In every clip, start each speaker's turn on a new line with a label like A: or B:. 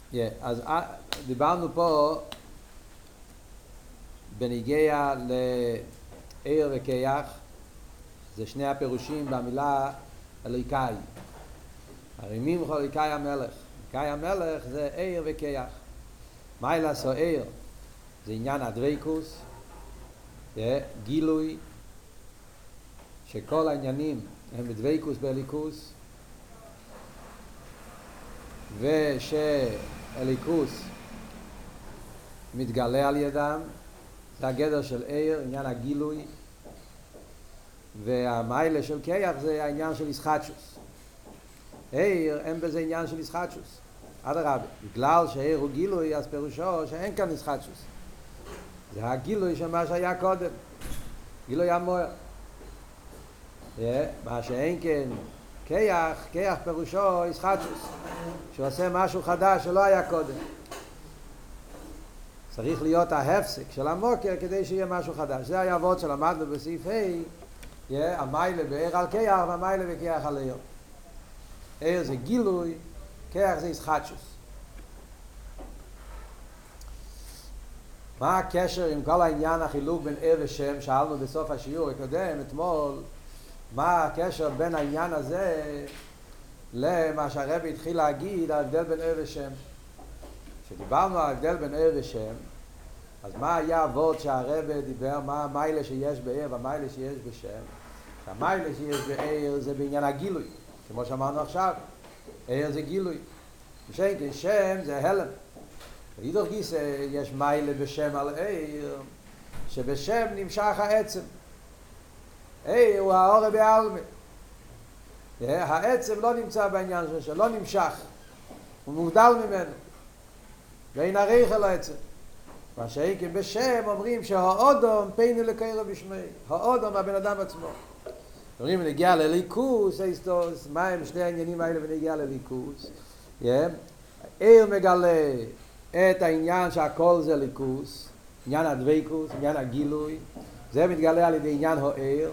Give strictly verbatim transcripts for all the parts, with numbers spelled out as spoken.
A: Yeah, אז אה, דיברנו פה בניגיה לעיר וכיח, זה שני הפירושים במילה אליקאי. הרי מימך אליקאי המלך. אליקאי המלך זה עיר וכיח. מה לעשו עיר? זה עניין הדוויקוס, גילוי שכל העניינים הם בדוויקוס באליקוס, ושאליקוס מתגלה על ידם, זה הגדר של עיר, עניין הגילוי, והמיילה של כיח זה העניין של ישחטשוס. עיר אין בזה עניין של ישחטשוס, אדרבה, בגלל שעיר הוא גילוי אז פירושו שאין כאן ישחטשוס, זה הגילוי של מה שהיה קודם, גילוי המוער. מה שאין כן כיח, כיח פירושו ישחטשוס, שעושה משהו חדש שלא היה קודם. צריך להיות ההפסק של המוקר כדי שיהיה משהו חדש. זה היה עבוד שלמדנו בסעיף ה', המיילה בעיר על כיח והמיילה בכיח על עיר. עיר זה גילוי, כיח זה ישחטשוס. מה הקשר עם כל העניין החילוק בין עיר ושם? שאלנו בסוף השיעור הקודם, אתמול, מה הקשר בין העניין הזה למה שהרבי התחיל להגיד, ההבדל בין עיר ושם? כשדיברנו על ההבדל בין עיר ושם, אז מה היה עבוד שהרבי דיבר, מה המיילה שיש בעיר והמיילה שיש בשם? שהמיילה שיש בעיר זה בעניין הגילוי, כמו שאמרנו עכשיו, עיר זה גילוי. ושם כן שם זה הלם. ואידך גיסא יש מיילה בשם על עיר, שבשם נמשך העצם. עיר הוא האור בעלמא. העצם לא נמצא בעניין שלו, לא נמשך. הוא מובדל ממנו. ואין עריך אל העצם. מה שאין בשם אומרים שהאודום פיינו לקרוא בשמי. האודום הבן אדם עצמו. אומרים נגיע לליכוס, מה הם שני העניינים האלה ונגיע לליכוס? עיר מגלה את העניין שהכל זה ליכוס, עניין הדוויקוס, עניין הגילוי. זה מתגלה על ידי עניין העיר.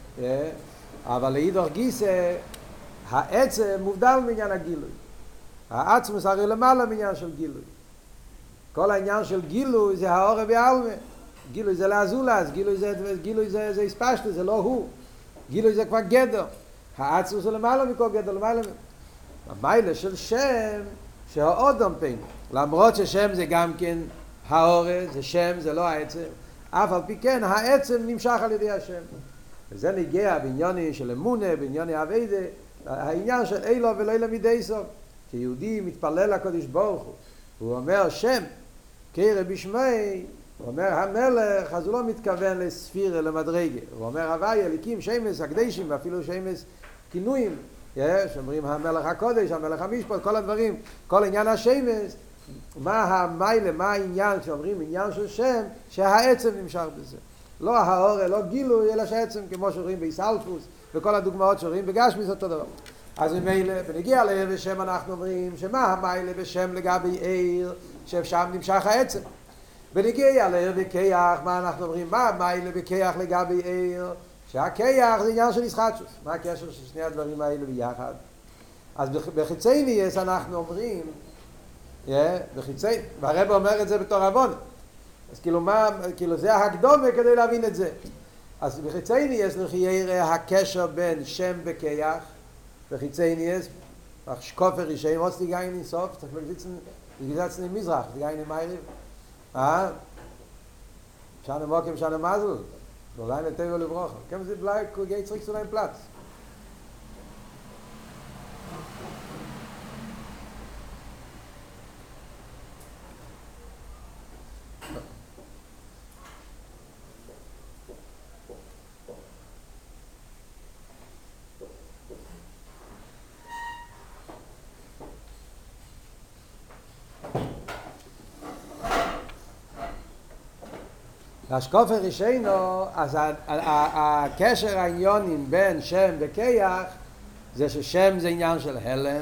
A: אבל לאידך גיסא העצם מובדל מעניין הגילוי. העצמוס הרי למעלה מעניין של גילוי. כל העניין של גילוי זה האור בעלמא. גילוי זה לאזולס, גילוי זה גילוי זה זה הספשטו, זה לא הוא. גילוי זה כבר גדר. העצמוס זה למעלה מכל גדר, למעלה. המיילה של שם שהאודום פיינו. למרות ששם זה גם כן האור, זה שם, זה לא העצם. אף על פי כן העצם נמשך על ידי השם. וזה נגיע בענייני של אמונה, בענייני עבודה, העניין של אילו ולא אילו מדי סוף. כשיהודי מתפלל לקדוש ברוך הוא, הוא אומר שם, קרא בשמי, הוא אומר המלך, אז הוא לא מתכוון לספירה, למדרגה. הוא אומר הווי, אליקים, שמס, הקדשים, ואפילו שמס כינויים. שאומרים המלך הקודש, המלך המשפט, כל הדברים, כל עניין השמס. מה המיילה, מה העניין שאומרים עניין של שם, שהעצם נמשך בזה. לא האור, לא גילוי, אלא שהעצם, כמו שרואים באיסלפוס, וכל הדוגמאות שרואים בגשמיס אותו דבר. אז ממילא, בנגיע לעיר ושם אנחנו אומרים, שמה המיילה בשם לגבי עיר, ששם נמשך העצם. בנגיע לעיר וכיח, מה אנחנו אומרים, מה המיילה בכיח לגבי עיר, שהכיח זה עניין של ישחטשוס. מה הקשר של שני הדברים האלה ביחד? אז בחיצי ניאס אנחנו אומרים, בחיצי, והרב אומר את זה בתור עוון. אז כאילו מה, כאילו זה ההקדומה כדי להבין את זה. אז בחיצי ניאס לכי יראה הקשר בין שם וכיח, בחיצי ניאס, כופר רישאים, עוד סטיגיים אינסוף, צריך לגזצני מזרח, סטיגיים מייריב. אה? שנה מוקים, שנה מזל. אולי נטבע לברוכה. כמה זה בלי, גאי צריך להם פלץ. השקופר ראשינו, אז הקשר העניונים בין שם וכיח זה ששם זה עניין של הלם,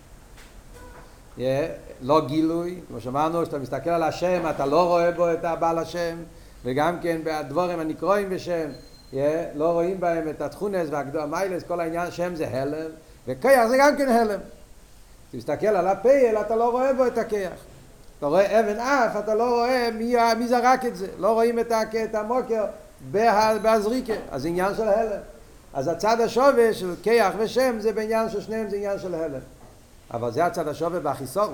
A: לא גילוי, כמו שאמרנו, שאתה מסתכל על השם אתה לא רואה בו את הבעל השם, וגם כן בדבורים הנקרואים בשם לא רואים בהם את התכונס והמיילס, כל העניין שם זה הלם, וכיח זה גם כן הלם. אתה מסתכל על הפייל, אתה לא רואה בו את הכיח. אתה רואה אבן אף, אתה לא רואה מי, מי זרק את זה. לא רואים את, את המוקר בהזריקה. אז זה עניין של הלם. אז הצד השווה של כיח ושם זה בעניין של שניהם, זה עניין של הלם. אבל זה הצד השווה באחיסון.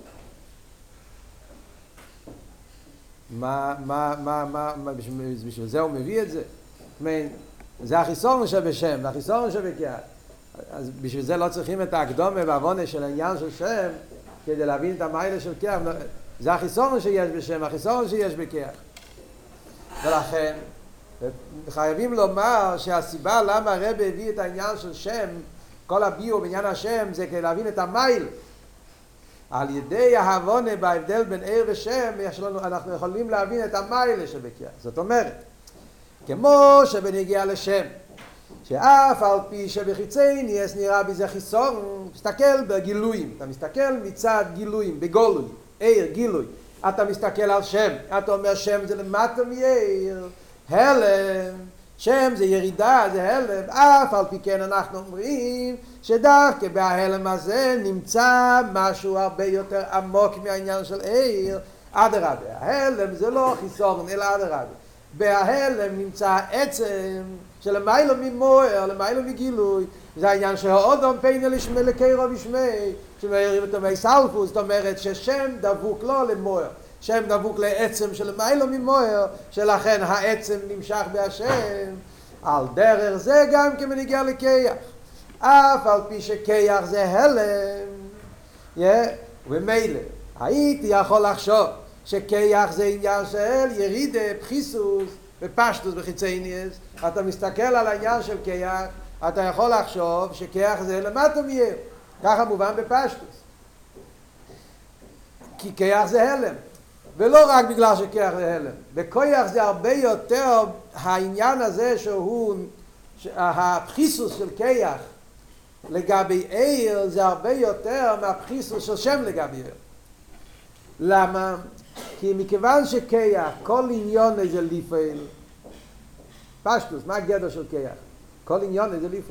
A: מה, מה, מה, מה, מה, בשביל זה הוא מביא את זה? זה החיסון שבשם, זה החיסון שבכיח. אז בשביל זה לא צריכים את ההקדומה והעוונה של העניין של שם כדי להבין את המיילה של כיח. זה החיסון שיש בשם, החיסון שיש בכיח. ולכן חייבים לומר שהסיבה למה הרב הביא את העניין של שם, כל הביאו בעניין השם, זה כדי להבין את המייל. על ידי ההבונה בהבדל בין עיר ושם, לנו, אנחנו יכולים להבין את המיילה שבכיח. זאת אומרת, כמו שבנגיע לשם, שאף על פי שבחיצי נהיה נראה בזה חיסון, מסתכל בגילויים, אתה מסתכל מצד גילויים, בגולוי, עיר, גילוי, אתה מסתכל על שם, אתה אומר שם זה למטה מעיר, הלם, שם זה ירידה, זה הלם, אף על פי כן אנחנו אומרים שדווקא בהלם הזה נמצא משהו הרבה יותר עמוק מהעניין של עיר, אדרבה, ההלם זה לא חיסון אלא אדרבה, בהלם נמצא עצם שלמיילו ממוער, למיילו מגילוי, זה העניין שהאודום פיינה לשמי לקיירו ושמי, שמעירים אותו מהסלפוס, זאת אומרת ששם דבוק לא למוער, שם דבוק לעצם שלמיילו ממוער, שלכן העצם נמשך בהשם, על דרך זה גם כמנהיגה לקייח, אף על פי שקייח זה הלם, yeah, ומילא, הייתי יכול לחשוב שקייח זה עניין של ירידה, בחיסוס, בפשטוס בחיצייניאס, אתה מסתכל על העניין של כיח, אתה יכול לחשוב שכיח זה למטה מיה, ככה מובן בפשטוס. כי כיח זה הלם, ולא רק בגלל שכיח זה הלם. בכיח זה הרבה יותר העניין הזה שהוא, הבחיסוס של כיח לגבי עיר, זה הרבה יותר מהבחיסוס של שם לגבי עיר. למה? כי מכיוון שכיח, כל עניון איזה ליפל, פשטוס, מה הגדר של כיח? כל עניון איזה ליפל.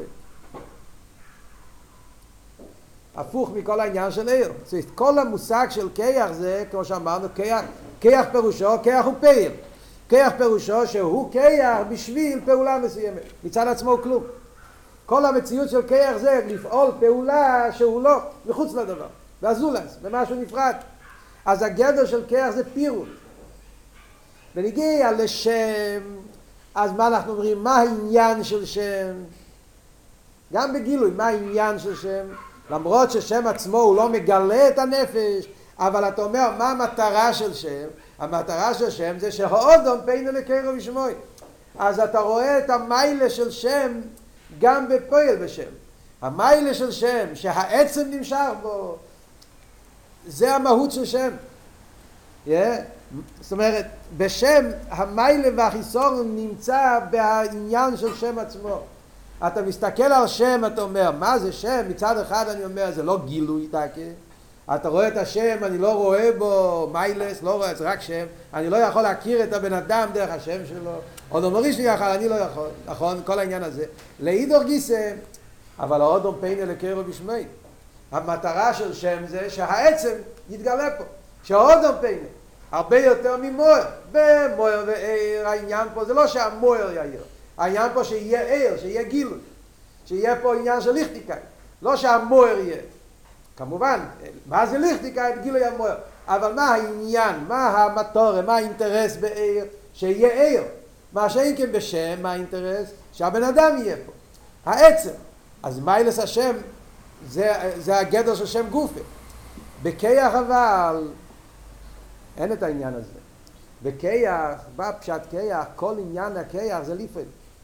A: הפוך מכל העניין של עיר. זאת אומרת, כל המושג של כיח זה, כמו שאמרנו, כיח, כיח פירושו, כיח הוא פעיל. כיח פירושו שהוא כיח בשביל פעולה מסוימת. מצד עצמו הוא כלום. כל המציאות של כיח זה לפעול פעולה שהוא לא, מחוץ לדבר. והזולס, במשהו נפרד. אז הגדר של כיח זה פירוט. ונגיע לשם, אז מה אנחנו אומרים? מה העניין של שם? גם בגילוי, מה העניין של שם? למרות ששם עצמו הוא לא מגלה את הנפש, אבל אתה אומר, מה המטרה של שם? המטרה של שם זה שהאודום פיינה לקיירו ושמוי. אז אתה רואה את המיילה של שם גם בפועל בשם. המיילה של שם, שהעצם נמשך בו, זה המהות של שם. Yeah. זאת אומרת, בשם המיילה והחיסון נמצא בעניין של שם עצמו. אתה מסתכל על שם, אתה אומר, מה זה שם? מצד אחד אני אומר, זה לא גילוי תקה. אתה רואה את השם, אני לא רואה בו מיילס, לא רואה, זה רק שם. אני לא יכול להכיר את הבן אדם דרך השם שלו. עוד אומריש לי יכול, אני לא יכול. נכון? כל העניין הזה. להידור גיסא, אבל האודום פיינה לקיירו בשמי. המטרה של שם זה שהעצם יתגלה פה. שהאודום פיינה. הרבה יותר ממוער. במוער ועיר, העניין פה זה לא שהמוער יעיר. העניין פה שיהיה עיר, שיהיה גילוי. שיהיה פה עניין של ליכטיקאי. לא שהמוער יהיה. כמובן, מה זה ליכטיקאי? גילוי המוער. אבל מה העניין? מה המטורה? מה האינטרס בעיר? שיהיה עיר. מה שאין כן בשם, מה האינטרס? שהבן אדם יהיה פה. העצם. אז מיילס השם, זה, זה הגדר של שם גופה. בכיח אבל, אין את העניין הזה. בכיח, בפשט כיח, כל עניין הכיח זה ליפל.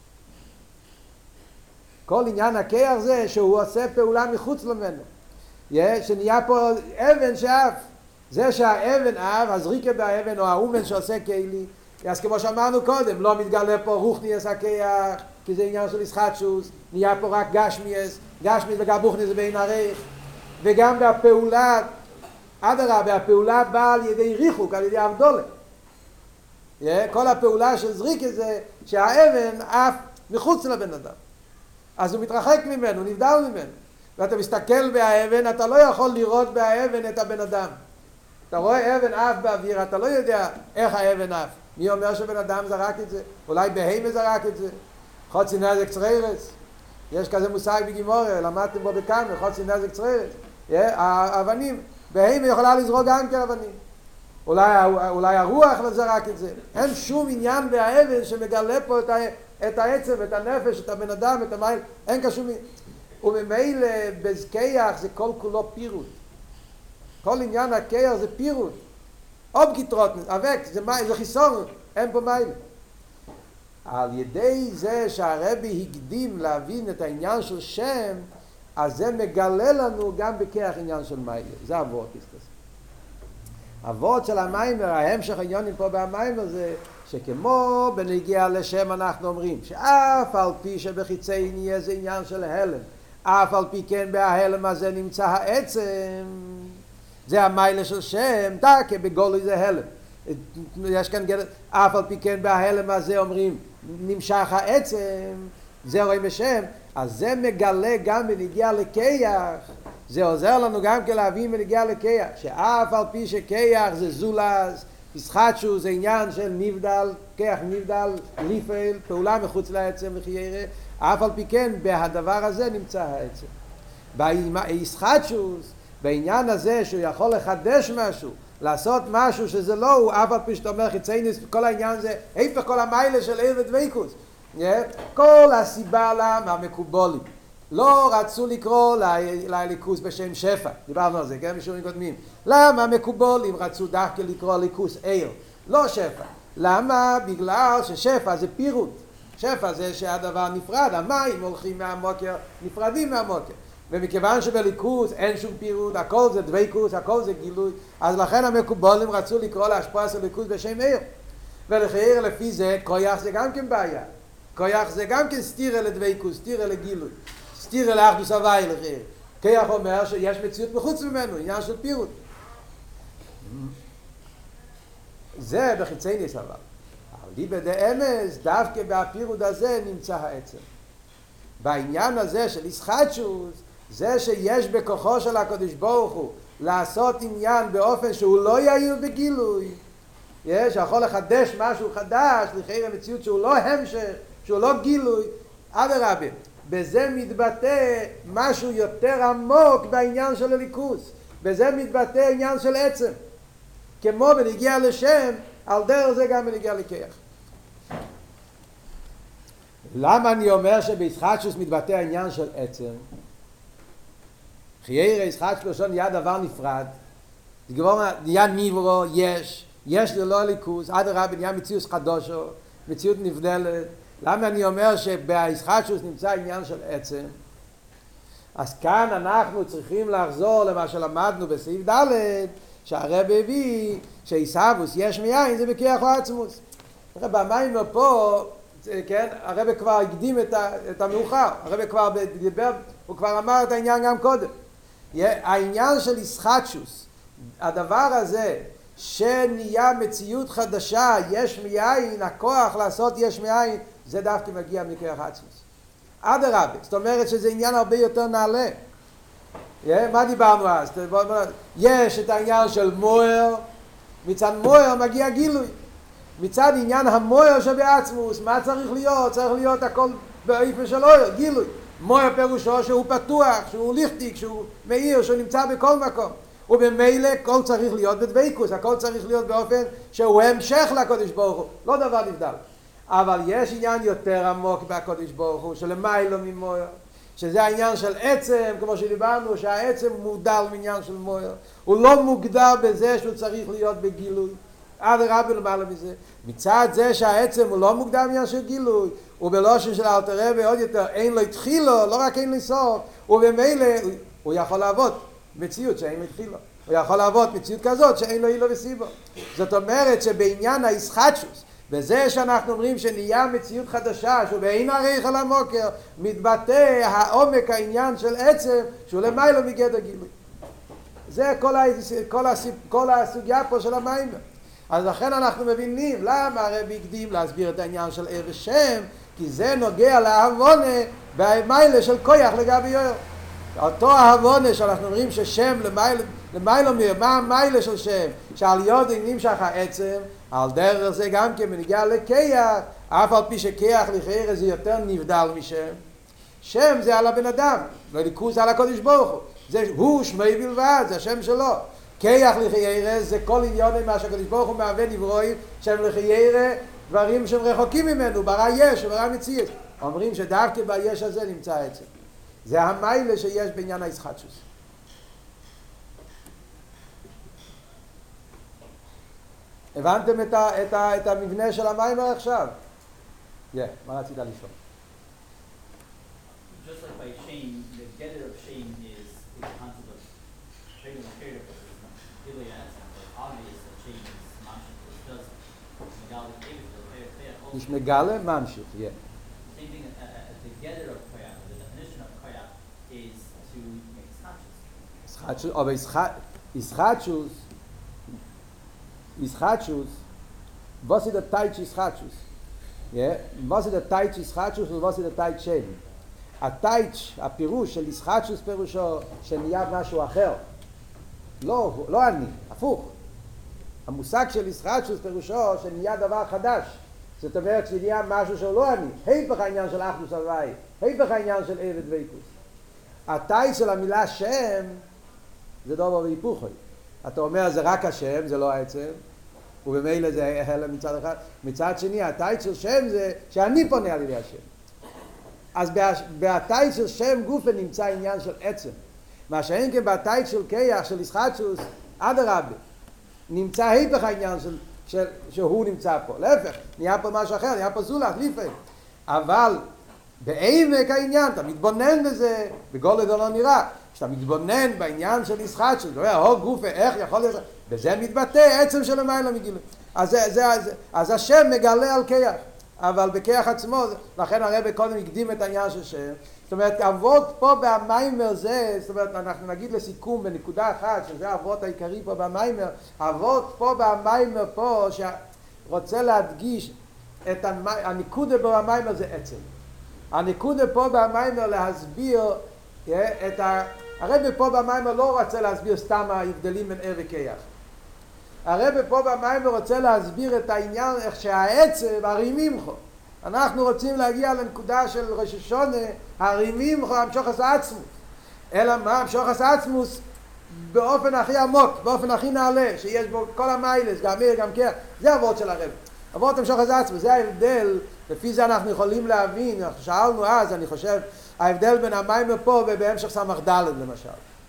A: כל עניין הכיח זה שהוא עושה פעולה מחוץ למנו. יש, שנהיה פה אבן שאף. זה שהאבן אף, הזריקה באבן או האומן שעושה כלי, אז כמו שאמרנו קודם, לא מתגלה פה רוחניאס הכיח, כי זה עניין של ישחטשוס, נהיה פה רק גשמיאס, גשמיאס וגם רוחניאס זה בין הרייך, וגם בפעולה, אדרבה, הפעולה באה על ידי ריחוק, על ידי אבדולה. כל הפעולה של זריקה זה שהאבן אף מחוץ לבן אדם. אז הוא מתרחק ממנו, הוא נבדל ממנו. ואתה מסתכל באבן, אתה לא יכול לראות באבן את הבן אדם. אתה רואה אבן עף באוויר, אתה לא יודע איך האבן עף. מי אומר שבן אדם זרק את זה? אולי בהמה זרק את זה? חוצי נזק צררס. יש כזה מושג בגימורה, למדתם בו בכמה, חוצי נזק צררס. האבנים, בהמה יכולה לזרוק גם כאבנים. אולי, אולי הרוח לא זרק את זה. אין שום עניין באבן שמגלה פה את, ה, את העצם, את הנפש, את הבן אדם, את המייל. אין כשום... וממילא בזכיח זה כל כולו פירוט. כל עניין הכיח זה פירוט. אוב גיטרות, אבק, זה, זה חיסון, אין פה מייל. על ידי זה שהרבי הקדים להבין את העניין של שם, אז זה מגלה לנו גם בכיח עניין של מייל. זה הוורטיסט הזה. הוורד של המיימר, ההמשך העניונים פה במיימר זה שכמו בנגיע לשם אנחנו אומרים שאף על פי שבחיצי נהיה זה עניין של הלם, אף על פי כן בההלם הזה נמצא העצם, זה המיילה של שם, דקה בגולוי זה הלם. יש כאן גדל, אף על פי כן בההלם הזה אומרים נמשך העצם, זה רואים בשם, אז זה מגלה גם בנגיע לכיח, זה עוזר לנו גם כן להבין בנגיע לכיח, שאף על פי שכיח זה זולז, ישחטשו זה עניין של נבדל, כיח נבדל, ליפל, פעולה מחוץ לעצם וחיירה, אף על פי כן בהדבר הזה נמצא העצם. בישחטשו, בעניין הזה שהוא יכול לחדש משהו, לעשות משהו שזה לא הוא, אף על פי שאתה אומר חיצייניס, כל העניין זה, איפה כל המיילה של עיר ודוויקוס, כל הסיבה למה המקובולים. לא רצו לקרוא לליכוס בשם שפע, דיברנו על זה, גם משום קודמים. למה מקובולים רצו דווקא לקרוא ליכוס עיר, לא שפע? למה? בגלל ששפע זה פירוט. שפע זה שהדבר נפרד, המים הולכים מהמוקר, נפרדים מהמוקר. ומכיוון שבליכוס אין שום פירוט, הכל זה דוויקוס, הכל זה גילוי, אז לכן המקובולים רצו לקרוא להשפוע של ליכוס בשם עיר. ולחייר לפי זה, כויח זה גם כן בעיה. כויח זה גם כן סתירה לדוויקוס, סתירה לגילוי. סתירה לאחדוס הוואי לחיר. כיח אומר שיש מציאות מחוץ ממנו, עניין של פירוט. זה בחיצי ניס אבל. אבל לי בדי אמס, דווקא בפירוט הזה נמצא העצם. בעניין הזה של ישחטשוס, זה שיש בכוחו של הקדוש ברוך הוא לעשות עניין באופן שהוא לא יאיר בגילוי, יש, יכול לחדש משהו חדש, לחיר המציאות שהוא לא המשך, שהוא לא גילוי, אדרבה. בזה מתבטא משהו יותר עמוק בעניין של הליכוס. בזה מתבטא עניין של עצם. כמו בנגיע לשם, על דרך זה גם בנגיע לכיח. למה אני אומר שבישחטשוס מתבטא העניין של עצם? חיירה ישחטשוס לשון נהיה דבר נפרד. תגבור נהיה ניברו, יש. יש ללא הליכוס, אדרבה נהיה מציאות חדושו, מציאות נבדלת. למה אני אומר שבישחטשוס נמצא עניין של עצם? אז כאן אנחנו צריכים לחזור למה שלמדנו בסעיף ד' שהרב הביא שעיסאוווס יש מאין זה בכיח לעצמוס. במים פה, כן, הרב כבר הקדים את, את המאוחר, הרב כבר דיבר, הוא כבר אמר את העניין גם קודם. העניין של ישחטשוס, הדבר הזה שנהיה מציאות חדשה, יש מאין, הכוח לעשות יש מאין, זה דווקא מגיע מכיח עצמוס. אדרבה, זאת אומרת שזה עניין הרבה יותר נעלה. מה דיברנו אז? יש את העניין של מויר, מצד מויר מגיע גילוי. מצד עניין המויר שבעצמוס, מה צריך להיות? צריך להיות הכל באיפה של אויר, גילוי. מויר פירושו שהוא פתוח, שהוא ליכטיק, שהוא מאיר, שהוא נמצא בכל מקום. ובמילא כל צריך להיות בדוויקוס, הכל צריך להיות באופן שהוא המשך לקודש ברוך הוא, לא דבר נבדל. אבל יש עניין יותר עמוק בקודש ברוך הוא, שלמיילו ממויר, שזה העניין של עצם, כמו שדיברנו, שהעצם מודל מעניין של מויר. הוא לא מוגדר בזה שהוא צריך להיות בגילוי. אדרבה למעלה מזה. מצד זה שהעצם הוא לא מוגדר מעניין של גילוי, ובלושן של אלתר רבי עוד יותר, אין לו התחילו, לא רק אין לו סוף, ובמילא הוא יכול לעבוד מציאות שאין לו התחילו. הוא יכול לעבוד מציאות כזאת שאין לו אילו וסיבו. זאת אומרת שבעניין הישחטשוס, בזה שאנחנו אומרים שנהיה מציאות חדשה, שהוא בעין הריח על המוקר, מתבטא העומק העניין של עצם, שהוא למיילו מגדר גילוי. זה כל, ה... כל, הסיפ... כל הסוגיה פה של המים. אז לכן אנחנו מבינים למה הרבי הקדים להסביר את העניין של עיר ושם, כי זה נוגע להבונה במיילה של כויח לגבי יויר. אותו ההבונה שאנחנו אומרים ששם למיילו מיר, מה המיילה של שם? שעל יודעים נמשך העצם, על דרך זה גם כן בנגיע לכיח, אף על פי שכיח לכאורה זה יותר נבדל משם. שם זה על הבן אדם, וליכוז על הקודש ברוך הוא. זה הוא שמי בלבד, זה השם שלו. כיח לכאורה זה כל עניון מה שהקודש ברוך הוא מהווה נברואים, שהם לכאורה דברים שהם רחוקים ממנו, ברא יש וברא מציאות. אומרים שדווקא ביש הזה נמצא העצם. זה המיילה שיש בעניין הישחטשוס. הבנתם את, ה, את, ה, את המבנה של המיימר עכשיו? Yeah, מה רצית לשאול?
B: Just like by shame, the getter of shame is the concept of shame and care, but it's not really as obvious that shame is mamshik, which does megala kevus, the fair fair.
A: יש מגלה ממשיך, yeah.
B: Same thing as uh, the getter of koyach, the definition of koyach is to make schachus.
A: ישחטשוס, אבל ישחטשוס, ישחטשוס, was ist der Teich ישחטשוס? Yeah, was ist der Teich ישחטשוס und was ist der Teich שם? הטייץ' הפירוש של ישחטשוס פירושו שנהיה משהו אחר. לא, לא אני, הפוך. המושג של ישחטשוס פירושו שנהיה דבר חדש. זאת אומרת שנהיה משהו שהוא לא אני. היפך העניין של אחדוס הוואי, היפך העניין של עבד ויקוס. הטייץ' של המילה שם זה דבר והיפוכי. אתה אומר זה רק השם, זה לא העצם. ובמילא זה הלם מצד אחד. מצד שני, הטייץ' של שם זה שאני פונה על ידי השם. אז בהטייץ של שם גופה נמצא עניין של עצם. מה שאין כן בהטייץ של כיח, של ישחטשוס, אדרבה, נמצא היפך העניין של, של, שהוא נמצא פה. להפך, נהיה פה משהו אחר, נהיה פה זולח, לפעמים. אבל בעמק העניין, אתה מתבונן בזה, בגול לדו לא נראה. כשאתה מתבונן בעניין של ישחטשוס, אתה אומר, הו גופה, איך יכול להיות? בזה מתבטא עצם של המיילה מגילה. אז, זה, זה, זה, אז השם מגלה על כיח. אבל בכיח עצמו, לכן הרב קודם הקדים את העניין של שם. זאת אומרת, אבות פה במיימר זה, זאת אומרת, אנחנו נגיד לסיכום בנקודה אחת, שזה האבות העיקרי פה במיימר, אבות פה במיימר פה, שרוצה להדגיש את הנקודה פה במיימר זה עצם. הנקודה פה במיימר להסביר את ה... הרב פה במיימר לא רוצה להסביר סתם ההבדלים בין ער וכיח. הרב פה במיימר רוצה להסביר את העניין איך שהעצב הרימים חו. אנחנו רוצים להגיע לנקודה של ראש השונה, הרימים חו, המשוחס העצמוס. אלא מה? המשוחס העצמוס באופן הכי עמוק, באופן הכי נעלה, שיש בו כל המיילס, גם עיר, גם כיח. זה עבוד של הרב. עבוד המשוחס העצמוס, זה ההבדל, לפי זה אנחנו יכולים להבין, אנחנו שאלנו אז, אני חושב, ההבדל בין המיימר פה ובהמשך סמך ד' למשל.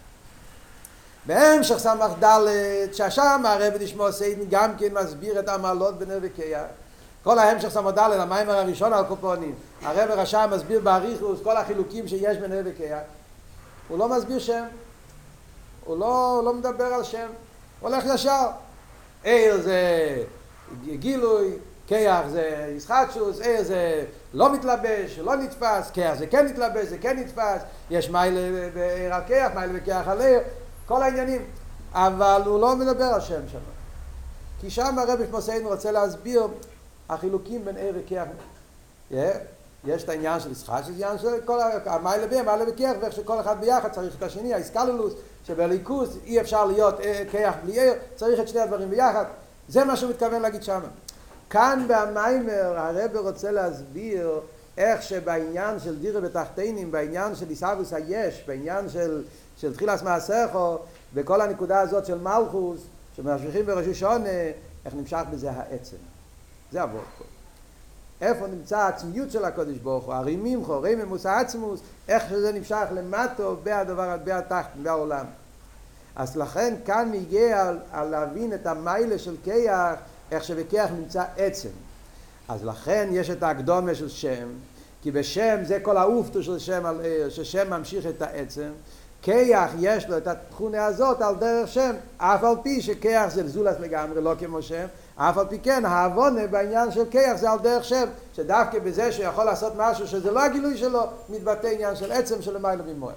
A: בהמשך סמך ד' ששם הרב נשמע סיידן גם כן מסביר את המעלות בנר וכיח. כל ההמשך סמך ד' המיימר הראשון על קופונים. הרב רשם מסביר באריכות כל החילוקים שיש בנר וכיח. הוא לא מסביר שם. הוא לא, לא מדבר על שם. הוא הולך ישר. עיר זה גילוי, כיח זה ישחטשוס, עיר זה לא מתלבש, לא נתפס, כיח זה כן נתלבש, זה כן נתפס. יש מיילה בעיר על כיח, מיילה בכיח על עיר. כל העניינים, אבל הוא לא מדבר על שם שם. כי שם הרב שמוסיין רוצה להסביר החילוקים בין ער וכיח. יש את העניין של ישחטשוס, עניין של כל המיילה בי, המיילה בכיח, ואיך שכל אחד ביחד צריך את השני, האיסקללוס, שבליכוס אי אפשר להיות כיח בלי ער, צריך את שני הדברים ביחד. זה מה שהוא מתכוון להגיד שם. כאן במיימר הרב רוצה להסביר איך שבעניין של דירה בתחתינים, בעניין של איסאבוס היש, בעניין של של תחילת מעשיכו, בכל הנקודה הזאת של מלכוס, שממשיכים בראש השונה, איך נמשך בזה העצם. זה עבוד פה. איפה נמצא העצמיות של הקודש ברוך הוא, הרימים חו, ריממוס העצמוס, איך שזה נמשך למטו, בהדבר, בהתחת, בעולם. אז לכן כאן מגיע על, על להבין את המיילה של כיח, איך שבכיח נמצא עצם. אז לכן יש את ההקדומה של שם, כי בשם זה כל האופתו של שם, ששם ממשיך את העצם, כיח יש לו את התכונה הזאת על דרך שם, אף על פי שכיח זה זולת לגמרי, לא כמו שם, אף על פי כן, העוונה בעניין של כיח זה על דרך שם, שדווקא בזה שיכול לעשות משהו שזה לא הגילוי שלו, מתבטא עניין של עצם של המיילה ממוער.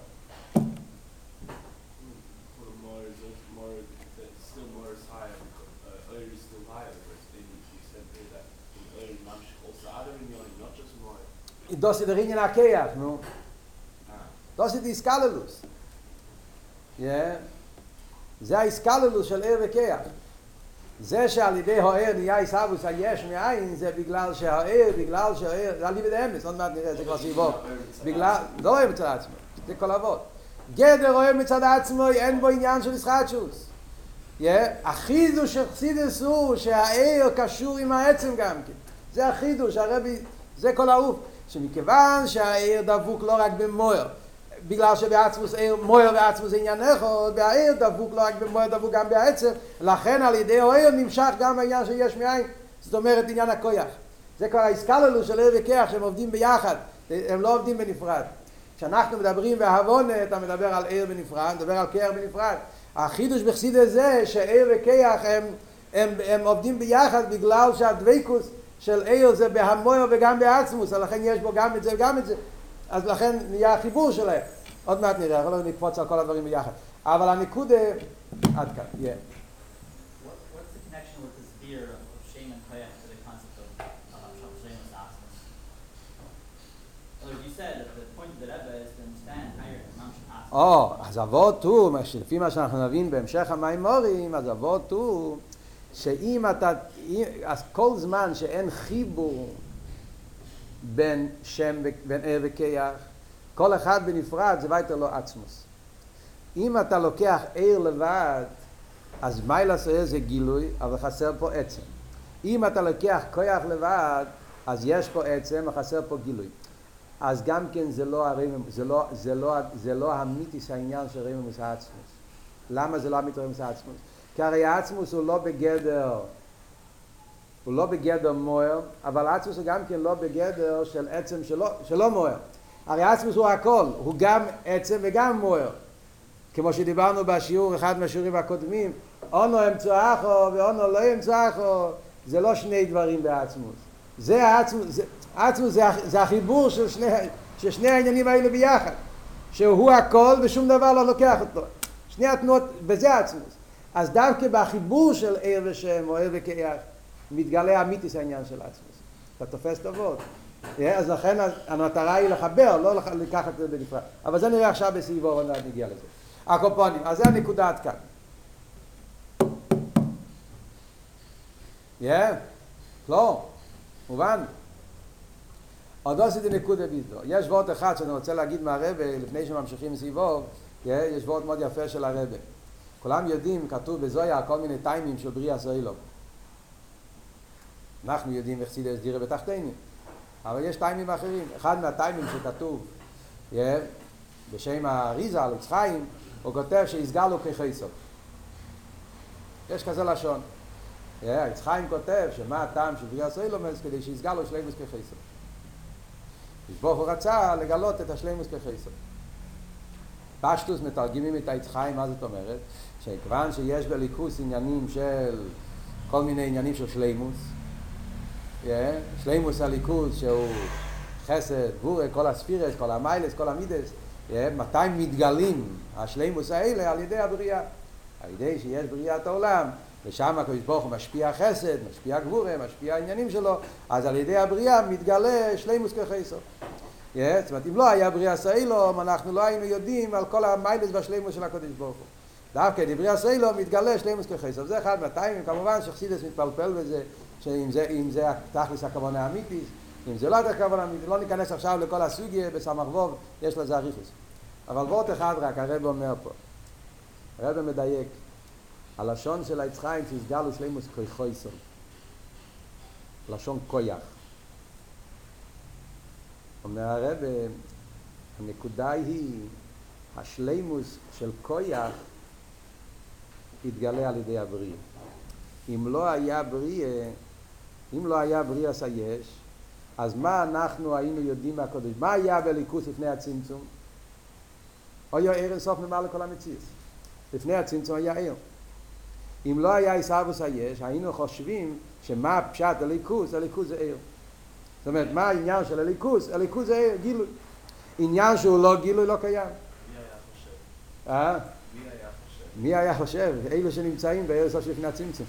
A: Das ist der Ringen Akeach, no? Das ist die Skalelus. Yeah. זה ההסקללוס של ער וכיח. זה שעל ידי הער נהיה עיסאוויס היש מאין, זה בגלל שהער, בגלל שהער, זה על ידי האמס, עוד מעט נראה, זה כבר סיבות. בגלל, לא אוהב מצד עצמו, זה כל אבות. גדר אוהב מצד עצמו, אין בו עניין של ישחטשוס. החידוש של חסידס הוא שהער קשור עם העצם גם כן. זה החידוש, הרבי, זה כל העוף. שמכיוון שהער דבוק לא רק במויר, בגלל שבעצמוס מויר ועצמוס זה עניין אחד, והער דבוק לא רק במויר, דבוק גם בעצם, לכן על ידי הער נמשך גם העניין שיש מאין, זאת אומרת עניין הכויח. זה כבר ההסקללוס של ער וכיח, שהם עובדים ביחד, הם לא עובדים בנפרד. כשאנחנו מדברים בהבונה, אתה מדבר על ער בנפרד, מדבר על כיח בנפרד. החידוש בחסידות זה שער וכיח הם, הם, הם עובדים ביחד בגלל שהדבקות של ער זה בהמויר וגם בעצמוס, לכן יש בו גם את זה וגם את זה. אז לכן נהיה החיבור שלהם. עוד מעט נראה, לא נקפוץ על כל הדברים ביחד. אבל הנקודה, עד כאן, yeah.
B: What, what's the connection with this beer of, of shame and koyach to the concept of uh, shameless atzmus? Like you said, that the point of the Rebbe is to understand higher dimension atzmus.
A: או, אז אבות הוא, לפי מה שאנחנו נבין בהמשך המימורים, אז אבות הוא, שאם אתה, אז כל זמן שאין חיבור בין שם, בין ער וכיח, כל אחד בנפרד זה ויתר לו עצמוס. אם אתה לוקח ער לבד, אז מיילס ער זה גילוי, אבל חסר פה עצם. אם אתה לוקח כיח לבד, אז יש פה עצם, וחסר פה גילוי. אז גם כן זה לא הרמם, זה לא, זה לא, זה לא המיתיס העניין של רממוס העצמוס. למה זה לא המיתיס רממוס העצמוס? כי הרי העצמוס הוא לא בגדר, הוא לא בגדר מויר, אבל העצמוס הוא גם כן לא בגדר של עצם שלא, שלא מויר. הרי העצמוס הוא הכל, הוא גם עצם וגם מויר. כמו שדיברנו בשיעור, אחד מהשיעורים הקודמים, אונו אמצוא אחו ואונו לא אמצוא אחו, זה לא שני דברים בעצמוס. זה העצמוס, זה, העצמוס זה, זה החיבור של שני, של שני העניינים האלה ביחד. שהוא הכל ושום דבר לא לוקח אותו. שני התנועות, וזה העצמוס. אז דווקא בחיבור של ער ושם או ער וכיח, מתגלה המיתיס העניין של עצמוס. אתה תופס טובות. אז לכן המטרה היא לחבר, לא לקחת את זה בנפרד. אבל זה נראה עכשיו בסביבו, עוד נגיע לזה. הקופונים, אז זה הנקודה עד כאן. כן? לא, מובן? עוד לא עשיתי נקודה בידו. יש וורט אחד שאני רוצה להגיד מהרבא, לפני שממשיכים מסביבו, יש וורט מאוד יפה של הרבא. כולם יודעים, כתוב בזויה, כל מיני טיימים של בריאה סוילום. אנחנו יודעים איך חסידות דירה בתחתינו. אבל יש טיימים אחרים. אחד מהטיימים שכתוב, yeah, בשם האריזה, על עץ חיים, הוא כותב שיסגל לו כחסר. יש כזה לשון. Yeah, עץ חיים כותב שמה הטעם של בריאה סוילום, כדי שיסגל לו שלמוס כחסר. ישבוך הוא רצה לגלות את השלמוס כחסר. פשטוס מתרגמים את העץ חיים, מה זאת אומרת? שכיוון שיש בליכוס עניינים של כל מיני עניינים של שלמוס, yeah, שלמוס הליכוס שהוא חסד, גבורה, כל הספירס, כל המיילס, כל המידס, yeah, מתי מתגלים השלמוס האלה? על ידי הבריאה. על ידי שיש בריאת העולם, ושם הקדוש ברוך הוא משפיע חסד, משפיע גבורה, משפיע העניינים שלו, אז על ידי הבריאה מתגלה שלמוס כחסר. Yeah, זאת אומרת, אם לא היה בריאה סאילום, אנחנו לא היינו יודעים על כל המיילס והשלמוס של הקדוש ברוך הוא. דווקא בבריאה סאילום מתגלה שלמוס כחסר. זה אחד מהטיימים, כמובן שחסידות מתפלפל בזה, שאם זה, אם זה תכלס הכוונה האמיתית, אם זה לא את הכוונה האמיתית, לא ניכנס עכשיו לכל הסוגיה, בסמ"ך ווב, יש לזה אריכות. אבל וורט אחד רק, הרב אומר פה, הרב מדייק, הלשון של העץ חיים שיסגלו שלמוס כחסר. לשון כויח. אומר הרב, הנקודה היא, השלימוס של כויח התגלה על ידי הבריאה. אם לא היה בריאה, אם לא היה בריאה סייש, אז מה אנחנו היינו יודעים מהקודש? מה היה בליכוס לפני הצמצום? היה ער אינסוף ממעל לכל המציאות. לפני הצמצום היה ער. אם לא היה איסאוויס היש, היינו חושבים שמה פשט הליכוס? הליכוס זה ער. זאת אומרת, מה העניין של הליכוס? הליכוס זה ער, גילוי. עניין שהוא לא גילוי לא קיים.
C: מי היה חושב?
A: אה?
C: מי היה חושב?
A: מי היה חושב? אלו שנמצאים בער סוף לפני הצמצום.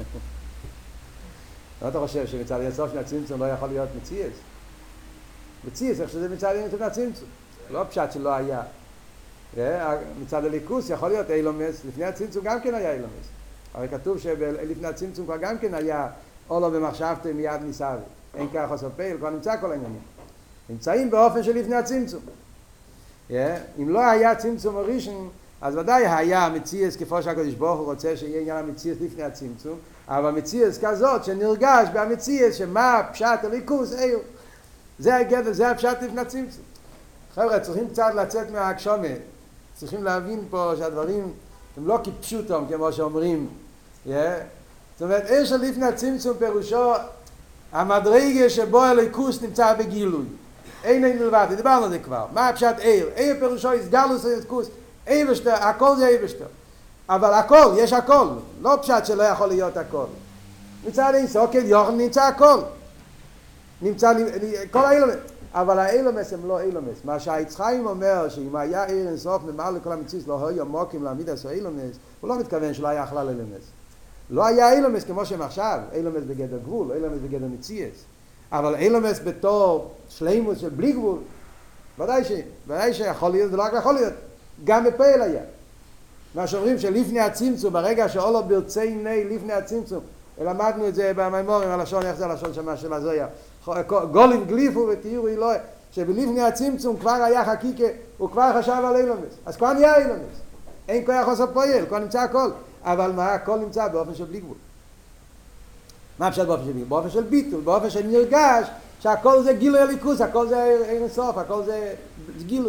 A: לא אתה חושב שמצד סוף לפני הצמצום לא יכול להיות מציאס? מציאס, איך שזה מצד לפני הצמצום. לא פשט שלא היה. מצד הליכוס יכול להיות אילומס, לפני הצמצום גם כן היה אילומס. הרי כתוב שלפני הצמצום כבר גם כן היה אולו במחשבתם מיד מסביב. אין כך עושה פעיל, כבר נמצא כל העניינים. נמצאים באופן של לפני הצמצום. אם לא היה צמצום הראשון, אז ודאי היה מציאס כפי שהקדוש ברוך הוא רוצה שיהיה עניין המציאס לפני הצמצום, אבל מציאס כזאת שנרגש במציאס שמה פשט הליכוס, אילו. זה הגדר, זה הפשט לפני הצמצום. חבר'ה, צריכים קצת לצאת מההגשומה. צריכים להבין פה שהדברים הם לא כפשוטם כמו שאומרים. Yeah. זאת אומרת, יש לפני הצמצום פירושו המדרגה שבו הליכוס נמצא בגילוי. אין אין מלבד, דיברנו על זה כבר. מה הפשט איר? איר פירושו הסגלוס הליכוס. איר ושתר, הכל זה איר ושתר. אבל הכל, יש הכל. לא פשט שלא יכול להיות הכל. נמצא לאינסוף, אוקיי, יוחד נמצא הכל. נמצא, כל האילומס. אבל האילומס הם לא אילומס. מה שהיצחיים אומר, שאם היה איר אינסוף ממעל לכל המציאות, לא היו מוקים להעמיד עשו אילומס, הוא לא מתכוון שלא היה בכלל אילומס. לא היה אילומס כמו שהם עכשיו, אילומס בגדר גבול, אילומס בגדר מציאות. אבל אילומס בתור שלימוס של בלי גבול, ודאי ש... ודאי שיכול להיות, זה לא רק יכול להיות. גם בפעיל היה. מה שאומרים שלפני הצמצום, ברגע שאולו ברצי ני לפני הצמצום, למדנו את זה במימורים, הלשון, איך זה הלשון שמה של הזויה. גולים גליפו ותהירו אלוהי, שבלפני הצמצום כבר היה חקיקה, הוא כבר חשב על אילומס. אז כבר נהיה אילומס. אין כוח עושה פועל, כבר נמצא הכל. אבל מה, הכל נמצא באופן של בלי גבול. מה פשוט באופן של בלי גבול? באופן של ביטול, באופן של נרגש, שהכל זה גילוי הליכוס, הכל זה אין סוף, הכל זה גילוי.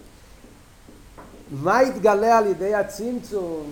A: מה יתגלה על ידי הצמצום?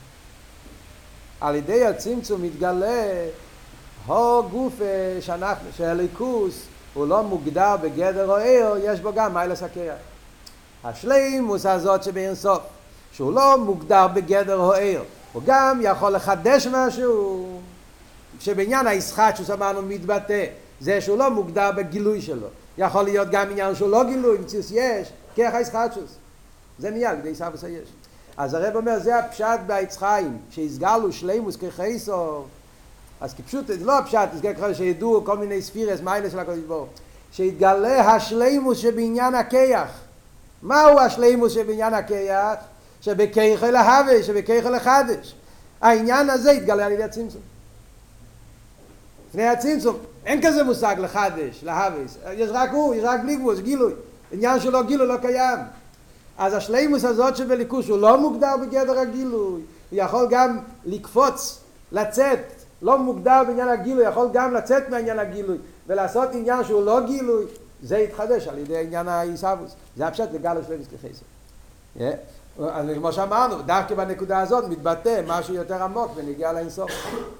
A: על ידי הצמצום יתגלה הו גוף שאנחנו, שהליכוס הוא לא מוגדר בגדר או עיר, יש בו גם מיילס הקריאה. השלימוס הזאת שבאין סוף, שהוא לא מוגדר בגדר או עיר, הוא גם יכול לחדש משהו, שבעניין הישחטשוס אמרנו מתבטא, זה שהוא לא מוגדר בגילוי שלו. יכול להיות גם עניין שהוא לא גילוי, מציאות יש, כך הישחטשוס. זה נהיה כדי סבס היש. אז הרב אומר, זה הפשט ביצחיים, שהסגלו שלימוס כחייסו, אז כפשוט, זה לא הפשט, זה ככה שידעו כל מיני ספירס, מיילס של הקדוש ברוך הוא, שהתגלה השלימוס שבעניין הכיח. מהו השלימוס שבעניין הכיח? שבכיח אל ההווה, שבכיח אל החדש. העניין הזה התגלה על ידי הצמצום. לפני הצמצום, אין כזה מושג לחדש, להווה. יש רק הוא, יש רק בלי גבול, יש גילוי. עניין שלו גילוי לא קיים. אז השלימוס הזאת שבליכוס הוא לא מוגדר בגדר הגילוי. הוא יכול גם לקפוץ, לצאת, לא מוגדר בעניין הגילוי, יכול גם לצאת מהעניין הגילוי ולעשות עניין שהוא לא גילוי. זה יתחדש על ידי עניין הישאבוס. זה הפשט לגלו שלימוס כחסר. אז כמו שאמרנו, דווקא בנקודה הזאת מתבטא משהו יותר עמוק ונגיע לאינסוף.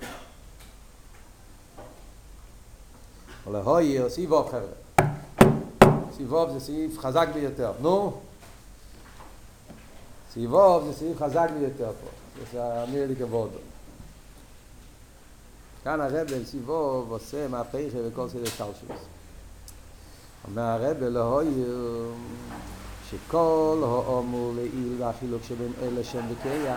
A: ולהויר, סיבוב חבר'ה. סיבוב זה סעיף חזק ביותר. נו? סיבוב זה סעיף חזק ביותר פה. זה אמיר לי כבודו. כאן הרב סיבוב עושה מהפכה וכל סדר שלשוס. אומר הרב להויר שכל האמור לעיל והחילוק שבין אלה שם וקייח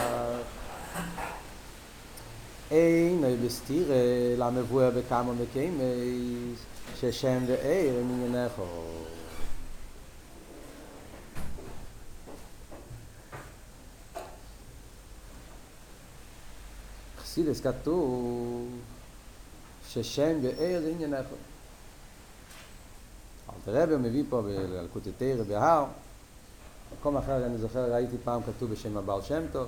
A: אין בסתירה למבואר בכמה מקיימס ששם ועיר הם עניינך. חסידס כתוב ששם ועיר זה עניינך. הרב מביא פה בלקוטי תורה בהר, מקום אחר אני זוכר ראיתי פעם כתוב בשם הבעל שם טוב,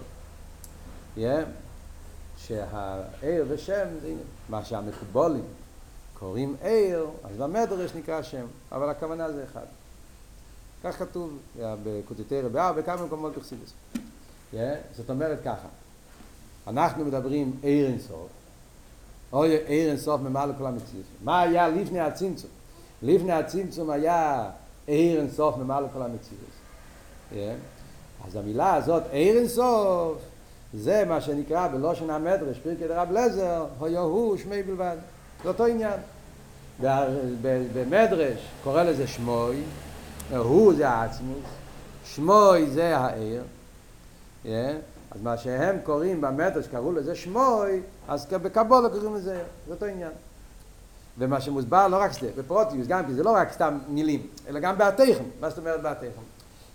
A: שהעיר ושם זה מה שהמקובולים קוראים עיר, אז במדרש נקרא שם, אבל הכוונה זה אחד. כך כתוב בלקוטי תורה בהר בכמה מקומות בחסידות. זאת אומרת ככה, אנחנו מדברים עיר אינסוף, או עיר אינסוף ממעל לכל המציאות. מה היה לפני הצמצום? לפני הצמצום היה עיר אינסוף ממעל לכל המציאות. אז המילה הזאת, עיר אינסוף, זה מה שנקרא בלושן המדרש, פרקי דרב לזר, היה הוא שמי בלבד. זה אותו עניין. במדרש קורא לזה שמוי, הוא זה העצמוס, שמוי זה העיר. אז מה שהם קוראים במדרש, קראו לזה שמוי, אז בקבולה קוראים לזה עיר. זה אותו עניין. ומה שמוסבר לא רק זה, בפרוטיוס גם, כי זה לא רק סתם מילים, אלא גם בעתיכם. מה זאת אומרת בעתיכם?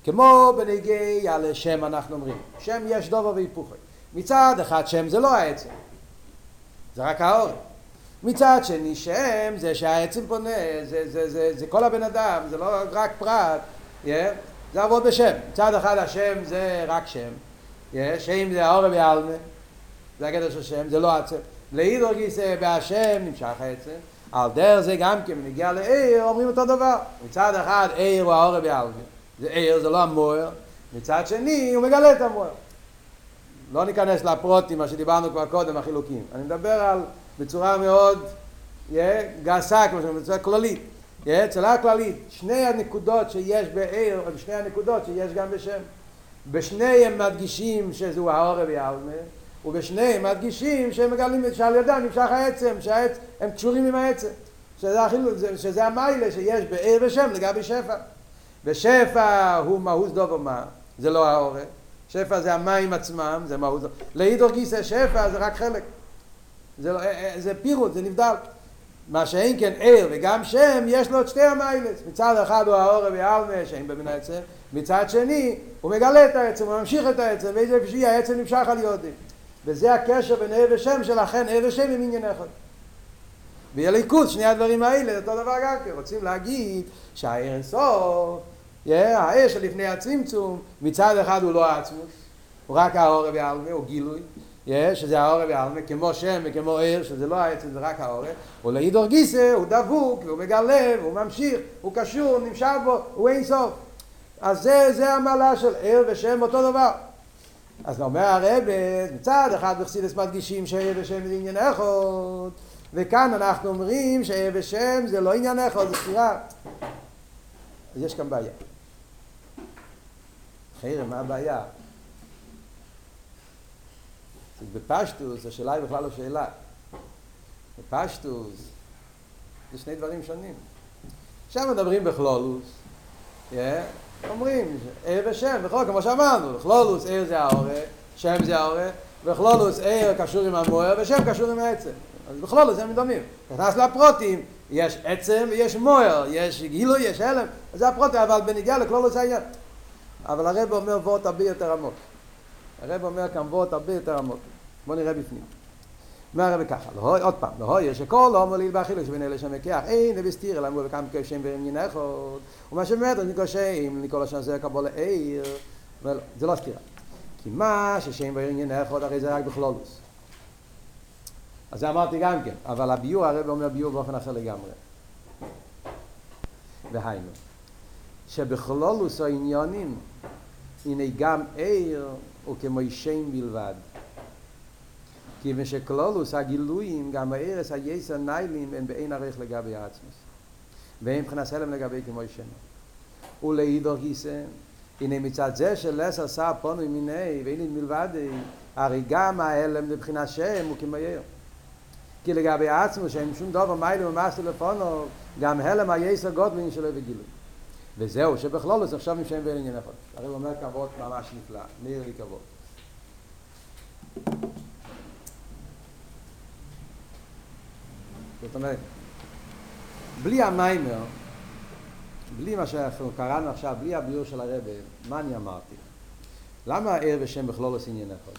A: כמו בנגיע לשם אנחנו אומרים, שם יש דובר והיפוכי. מצד אחד שם זה לא העצם, זה רק האור. מצד שני שם זה שהעצם פונה, זה, זה, זה, זה כל הבן אדם, זה לא רק פרט, yeah? זה עבוד בשם. מצד אחד השם זה רק שם, yeah? שם זה האור והעלמה, זה הגדר של שם, זה לא עצם. לאידור גיסא בהשם נמשך העצם, על דרך זה גם כן נגיע לעיר אומרים אותו דבר. מצד אחד עיר הוא האור והעלמה, זה עיר, זה לא המוער. מצד שני הוא מגלה את המוער. לא ניכנס לפרוטים, מה שדיברנו כבר קודם, החילוקים. אני מדבר על בצורה מאוד yeah, גסה, כמו שאומרים, בצורה כללית. Yeah, צלה כללית, שני הנקודות שיש בעיר, שני הנקודות שיש גם בשם. בשניהם מדגישים שזהו האור והעלמה, ובשניהם מדגישים שהם מגלים שעל ידם נמשך העצם, שהם קשורים עם העצם. שזה, החילוק, שזה המיילה שיש בעיר ושם לגבי שפע. ושפע הוא מהות דובר מה, זה לא האור. שפע זה המים עצמם, זה מהות דובר. לאידור גיסא שפע זה רק חלק. זה, לא, זה פירוט, זה נבדל. מה שאין כן עיר וגם שם, יש לו את שתי המיילס. מצד אחד הוא האור והעלמה, שאין במן העצם. מצד שני, הוא מגלה את העצם, הוא ממשיך את העצם, ואיזה פשעי העצם נמשך על יודעים. וזה הקשר בין עיר ושם, שלכן עיר ושם הם עניין אחד. ביליקוס, שני הדברים האלה, אותו דבר גם כן. רוצים להגיד שהעיר אינסוף, yeah, העיר שלפני הצמצום, מצד אחד הוא לא העצמוס, הוא רק האור והעלמה, הוא גילוי. יש, שזה האור והעלמה, כמו שם וכמו עיר, שזה לא העצם, זה רק האור. ולאידור גיסא, הוא דבוק, הוא מגלה, הוא ממשיך, הוא קשור, הוא נמשך בו, הוא אין סוף. אז זה, זה המעלה של עיר ושם, אותו דבר. אז אומר הרב, מצד אחד בחסידות מדגישים שעיר ושם זה עניין אחד, וכאן אנחנו אומרים שעיר ושם זה לא עניין אחד, זה סתירה. אז יש כאן בעיה. חיירם, מה הבעיה? בפשטוס, השאלה היא בכלל לא שאלה. בפשטוס, זה שני דברים שונים. עכשיו מדברים בכלולוס, yeah, אומרים, עיר ושם, בכל כמו שאמרנו, בכלולוס עיר זה האור, שם זה האור, בכלולוס עיר קשור עם המוער, ושם קשור עם העצם. אז בכלולוס הם מדומים. נכנס לפרוטים, יש עצם ויש מוער, יש גילוי, יש הלם, אז זה הפרוטים, אבל בניגיע לכלולוס העניין. אבל הרב אומר וורט הרבה יותר עמוק. הרב אומר כאן וורט הרבה יותר עמוק. בוא נראה בפנים. אומר הרב ככה, לא, עוד פעם, לא יש שכל לא אומר לי בחילוק שבין אלה שמכיח, אין ובסתיר, אלא אמרו וכמה כשם בעניין אחד, ומה שבאמת, אני כשם, לכל השם זה קבול לעיר, זה לא סתירה. כי מה ששם בעניין אחד, הרי זה רק בכלולוס. אז זה אמרתי גם כן, אבל הביור, הרב אומר ביור באופן אחר לגמרי. והיינו, שבכלולוס העניינים, הנה גם עיר הוא כמו שם בלבד. כי משכלולוס הגילויים, גם הערס היסר ניילים, הם באין ערך לגבי העצמוס. והם מבחינת הלם לגבי כמו שם. ולאידור גיסא, הנה מצד זה של לסר שר פונו מיני, ואין מלבד, הרי גם ההלם מבחינת שם הוא כמו עיר. כי לגבי העצמוס, שהם שום דבר מיילים ומאסו לפונו, גם הלם היסר גודלין שלו וגילוי. וזהו, שבכלולוס עכשיו משם ואין עניין אחד. הרי הוא אומר כבוד ממש נפלא, נראה לי כבוד. זאת אומרת, בלי המיימר, בלי מה שאנחנו קראנו עכשיו, בלי הביור של הרב, מה אני אמרתי? למה עיר ושם בכלולוס עניין אחד?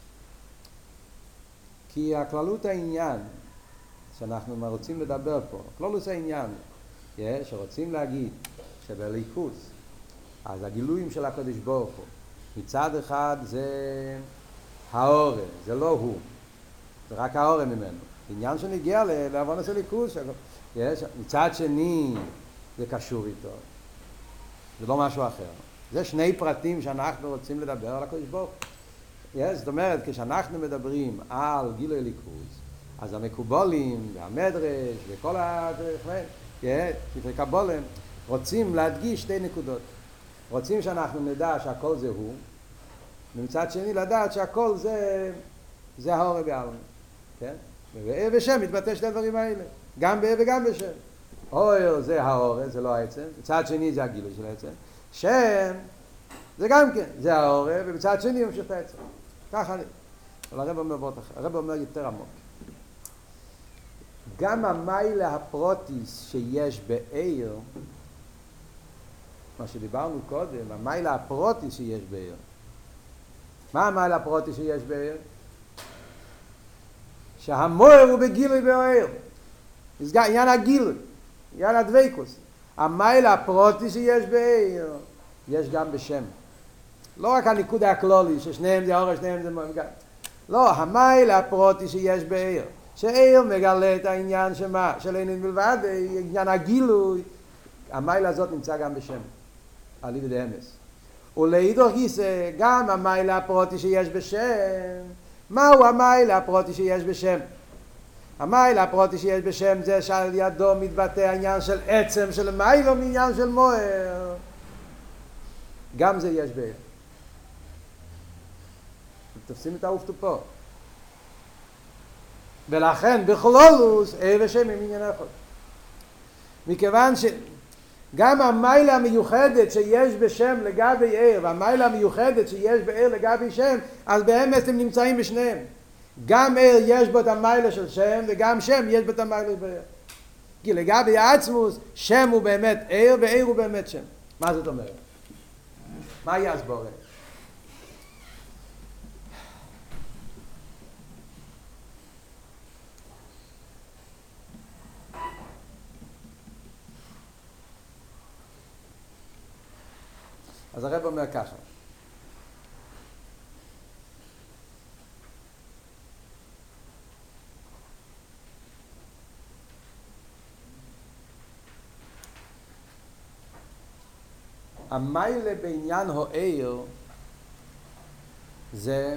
A: כי הכללות העניין שאנחנו רוצים לדבר פה, כלולוס העניין, שרוצים להגיד שבליכוס, אז הגילויים של הקדוש ברוך הוא, מצד אחד זה האור, זה לא הוא, זה רק האור ממנו. עניין שנגיע לעוון עשה ליכוס, יש, מצד שני זה קשור איתו, זה לא משהו אחר. זה שני פרטים שאנחנו רוצים לדבר על הקדוש ברוך הוא. זאת אומרת, כשאנחנו מדברים על גילוי ליכוס, אז המקובולים והמדרש וכל הדברים, ספרי קבולים, רוצים להדגיש שתי נקודות. רוצים שאנחנו נדע שהכל זה הוא, ומצד שני לדעת שהכל זה, זה האור בעלמא. כן? ובעיר ושם מתבטא שתי הדברים האלה. גם בעיר וגם בשם. אור זה האור, זה לא העצם. מצד שני זה הגילוי של העצם. שם זה גם כן, זה האור, ובצד שני ממשיך את העצם. ככה אני. אבל הרב אומר באות אחר. הרב אומר יותר עמוק. גם המיילה הפרוטיס שיש בעיר, מה שדיברנו קודם, המיילה הפרוטי שיש בעיר. מה המיילה הפרוטי שיש בעיר? שהמוער הוא בגילוי בעיר. עניין הגילוי, עניין הדבקוס. המיילה הפרוטי שיש בעיר, יש גם בשם. לא רק הניקוד הכלולי, ששניהם זה אורש, שניהם זה מגע. לא, המיילה הפרוטי שיש בעיר. שעיר מגלה את העניין שמה, של אין מלבד, עניין הגילוי. המיילה הזאת נמצא גם בשם. על ידי אמס. ולהידור גיסא, גם המיילה הפרוטי שיש בשם. מהו המיילה הפרוטי שיש בשם? המיילה הפרוטי שיש בשם זה שעל ידו מתבטא העניין של עצם, של מיילו מעניין של מוער. גם זה יש בעיר. תופסים את האופטו פה. ולכן בכלולוס עיר ושם הם עניין אחד. מכיוון שגם המיילה המיוחדת שיש בשם לגבי עיר, והמיילה המיוחדת שיש בעיר לגבי שם, אז באמת הם נמצאים בשניהם. גם עיר יש בו את המיילה של שם, וגם שם יש בו את המיילה בעיר. כי לגבי העצמוס, שם הוא באמת עיר, ועיר הוא באמת שם. מה זאת אומרת? מה יסבור? אז הרב אומר ככה. המיילה בעניין העיר זה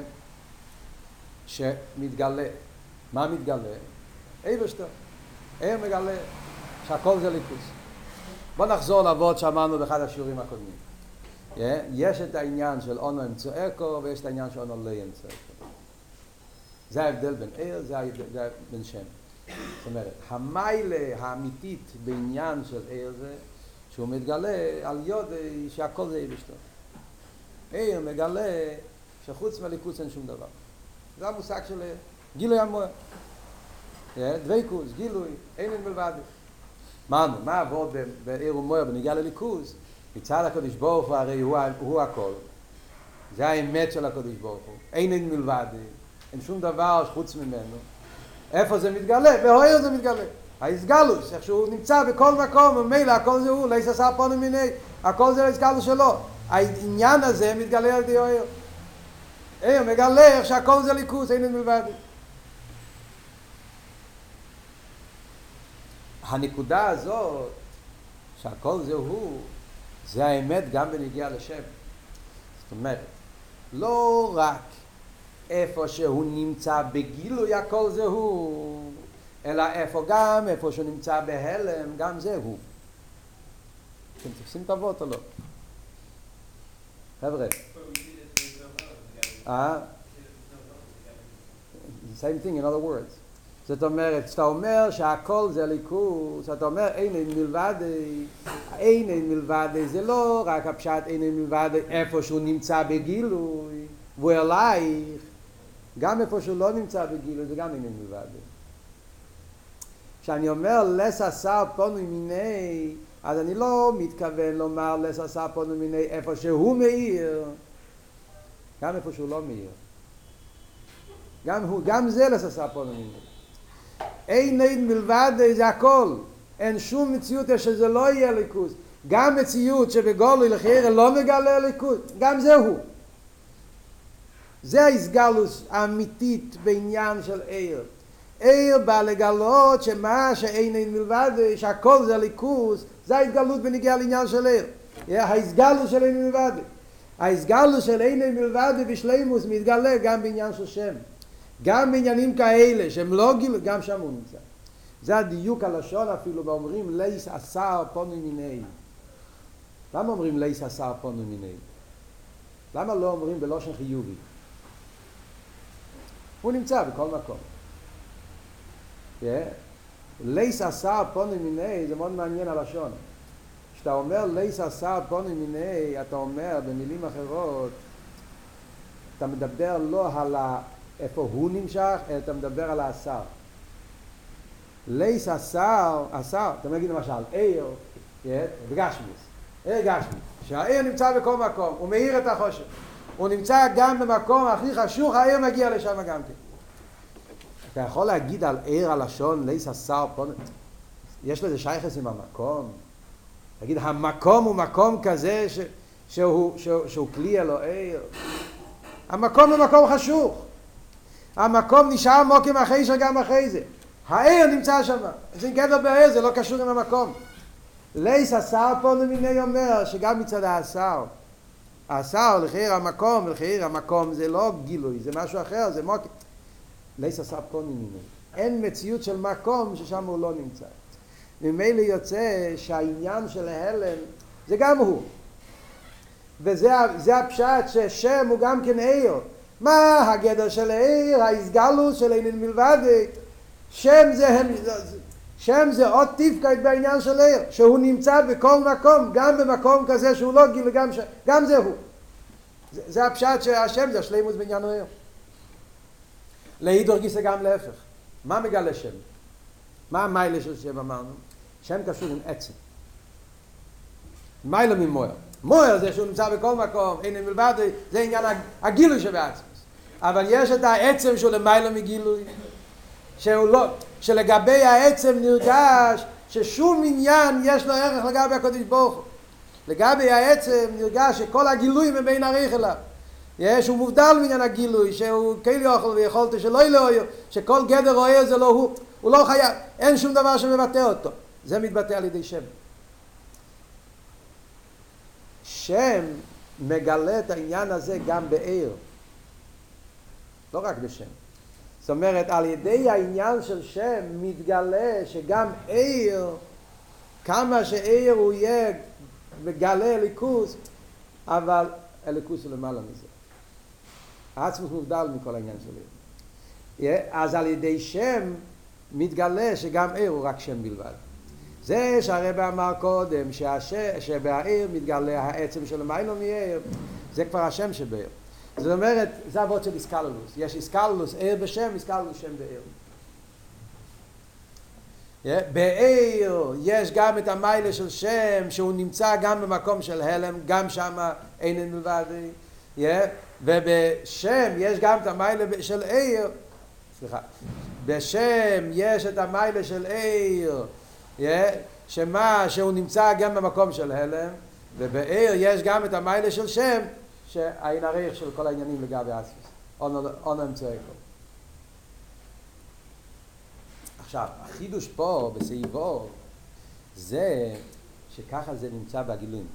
A: שמתגלה. מה מתגלה? עיר ושתו. עיר מגלה שהכל זה ליכוז. בוא נחזור לעבוד שאמרנו באחד השיעורים הקודמים. Yeah, יש את העניין של אונו אמצו אקו ויש את העניין של אונו לא אמצו אקו. זה ההבדל בין עיר, זה ההבדל בין שם. זאת אומרת, המיילה האמיתית בעניין של עיר זה שהוא מתגלה על יודי שהכל זה עיר ושתו. עיר מגלה שחוץ מהליכוס אין שום דבר. זה המושג של גילוי המוער. Yeah, דוויקוס, גילוי, אין אין מלבד. מה, מה עבוד בעיר ומוער בנגיע לליכוס? מצד הקדוש ברוך הוא הרי הוא, הוא הכל. זה האמת של הקדוש ברוך הוא. אין אין מלבד, אין שום דבר חוץ ממנו. איפה זה מתגלה? בהויר זה מתגלה. ההסגלוס, איך שהוא נמצא בכל מקום, ומילא הכל זה הוא, לא יססה פונו מיני, הכל זה ההסגלוס שלו. העניין הזה מתגלה על די הויר. הויר מגלה איך שהכל זה ליכוס, אין אין מלבד. הנקודה הזאת, שהכל זה הוא, זה האמת גם בנגיע לשם. זאת אומרת, לא רק איפה שהוא נמצא בגילוי הכל זה הוא, אלא איפה גם, איפה שהוא נמצא בהלם, גם זה הוא. אתם תופסים את אבות או לא? חבר'ה. אה? Same thing in other words. זאת אומרת, כשאתה אומר שהכל זה ליכוס, אתה אומר אין אין מלבד, אין אין מלבד, זה לא רק הפשט אין אין מלבד איפה שהוא נמצא בגילוי, והוא אלייך, גם איפה שהוא לא נמצא בגילוי, זה גם אין אין מלבד. כשאני אומר לס עשר פונו מיני, אז אני לא מתכוון לומר לס עשר פונו מיני איפה שהוא מאיר, גם איפה שהוא לא מאיר. גם, הוא, גם זה לס עשר פונו מיני. אין אין מלבד זה הכל. אין שום מציאות שזה לא יהיה ליכוס. גם מציאות שבגולוי לחייר לא מגלה ליכוס. גם זה הוא. זה ההסגלוס האמיתית בעניין של עיר. עיר בא לגלות שמה שאין אין מלבד, שהכל זה ליכוס, זה ההתגלות בנגיע לעניין של עיר. ההסגלוס של אין אין מלבד. ההסגלוס של אין אין מלבד בשלימוס מתגלה גם בעניין של שם. גם בעניינים כאלה שהם לא גיל, גם שם הוא נמצא. זה הדיוק הלשון אפילו, ואומרים ליס עשר פונו מיני. למה אומרים ליס עשר פונו מיני? למה לא אומרים בלושן חיובי? הוא נמצא בכל מקום. Yeah. ליס עשר פונו מיני זה מאוד מעניין הלשון. כשאתה אומר ליס עשר פונו מיני, אתה אומר במילים אחרות, אתה מדבר לא על ה... איפה הוא נמשך, אתה מדבר על העשר. ליס עשר, עשר, אתה מגיד למשל, עיר, בגשמיס. הרגשתי שהעיר נמצא בכל מקום, הוא מאיר את החושך. הוא נמצא גם במקום הכי חשוך, העיר מגיע לשם גם כן. אתה יכול להגיד על עיר הלשון, ליס השר פונת, יש לזה שייכס עם המקום. תגיד, המקום הוא מקום כזה ש, שהוא, שהוא, שהוא כלי אלוהי. המקום הוא מקום חשוך. המקום נשאר מוקים אחרי שגם אחרי זה. העיר נמצא שם. זה גדר בעיר, זה לא קשור עם המקום. ליס השר פונת מיני אומר שגם מצד השר. השר לחיר המקום, לחיר המקום זה לא גילוי, זה משהו אחר, זה מוקים. ליס השר פונת מיני. אין מציאות של מקום ששם הוא לא נמצא. ממילא יוצא שהעניין של ההלם זה גם הוא. וזה זה הפשט ששם הוא גם כן עיר. מה הגדר של העיר? ההסגלות של אין מלבד. שם זה, שם זה עוד טיפקית בעניין של עיר. שהוא נמצא בכל מקום, גם במקום כזה שהוא לא גיל, גם, ש... גם זה הוא. זה, זה הפשט שהשם זה השלימוס בעניין העיר. להידור גיסא גם להפך. מה מגלה שם? מה המיילה של שם אמרנו? שם קשור עם עצם. מיילה ממויר. מויר זה שהוא נמצא בכל מקום, אין מלבד, זה עניין הגילוי שבעצמוס. אבל יש את העצם שהוא למיילה מגילוי, שהוא לא, שלגבי העצם נרגש ששום עניין יש לו ערך לגבי הקדוש ברוך הוא. לגבי העצם נרגש שכל הגילויים הם בין עריך אליו. יש, הוא מובדל מעניין הגילוי, שהוא כאילו יכול ויכולת שלא ילוהיו, שכל גדר רואה זה לא הוא, הוא לא חייב, אין שום דבר שמבטא אותו. זה מתבטא על ידי שם. שם מגלה את העניין הזה גם בעיר. לא רק בשם. זאת אומרת, על ידי העניין של שם מתגלה שגם עיר, כמה שעיר הוא יהיה מגלה אליקוס, אבל אליקוס הוא למעלה מזה. העצמוס מובדל מכל העניין של עיר. אז על ידי שם מתגלה שגם עיר הוא רק שם בלבד. זה שהרב אמר קודם שהש... שבעיר מתגלה העצם של מיילו מעיר, זה כבר השם שבעיר. זאת אומרת, זה עבוד של איסקללוס. יש איסקללוס עיר בשם, איסקללוס שם בעיר. בעיר יש גם את המיילה של שם שהוא נמצא גם במקום של הלם, גם שם אין מלבד. ובשם יש גם את המיילה של עיר, סליחה, בשם יש את המיילה של עיר, שמה שהוא נמצא גם במקום של הלם, ובעיר יש גם את המיילה של שם שהעין עריך של כל העניינים לגבי עצמוס, און אמצעי כל. עכשיו, החידוש פה בסעיבו זה שככה זה נמצא בגילויים.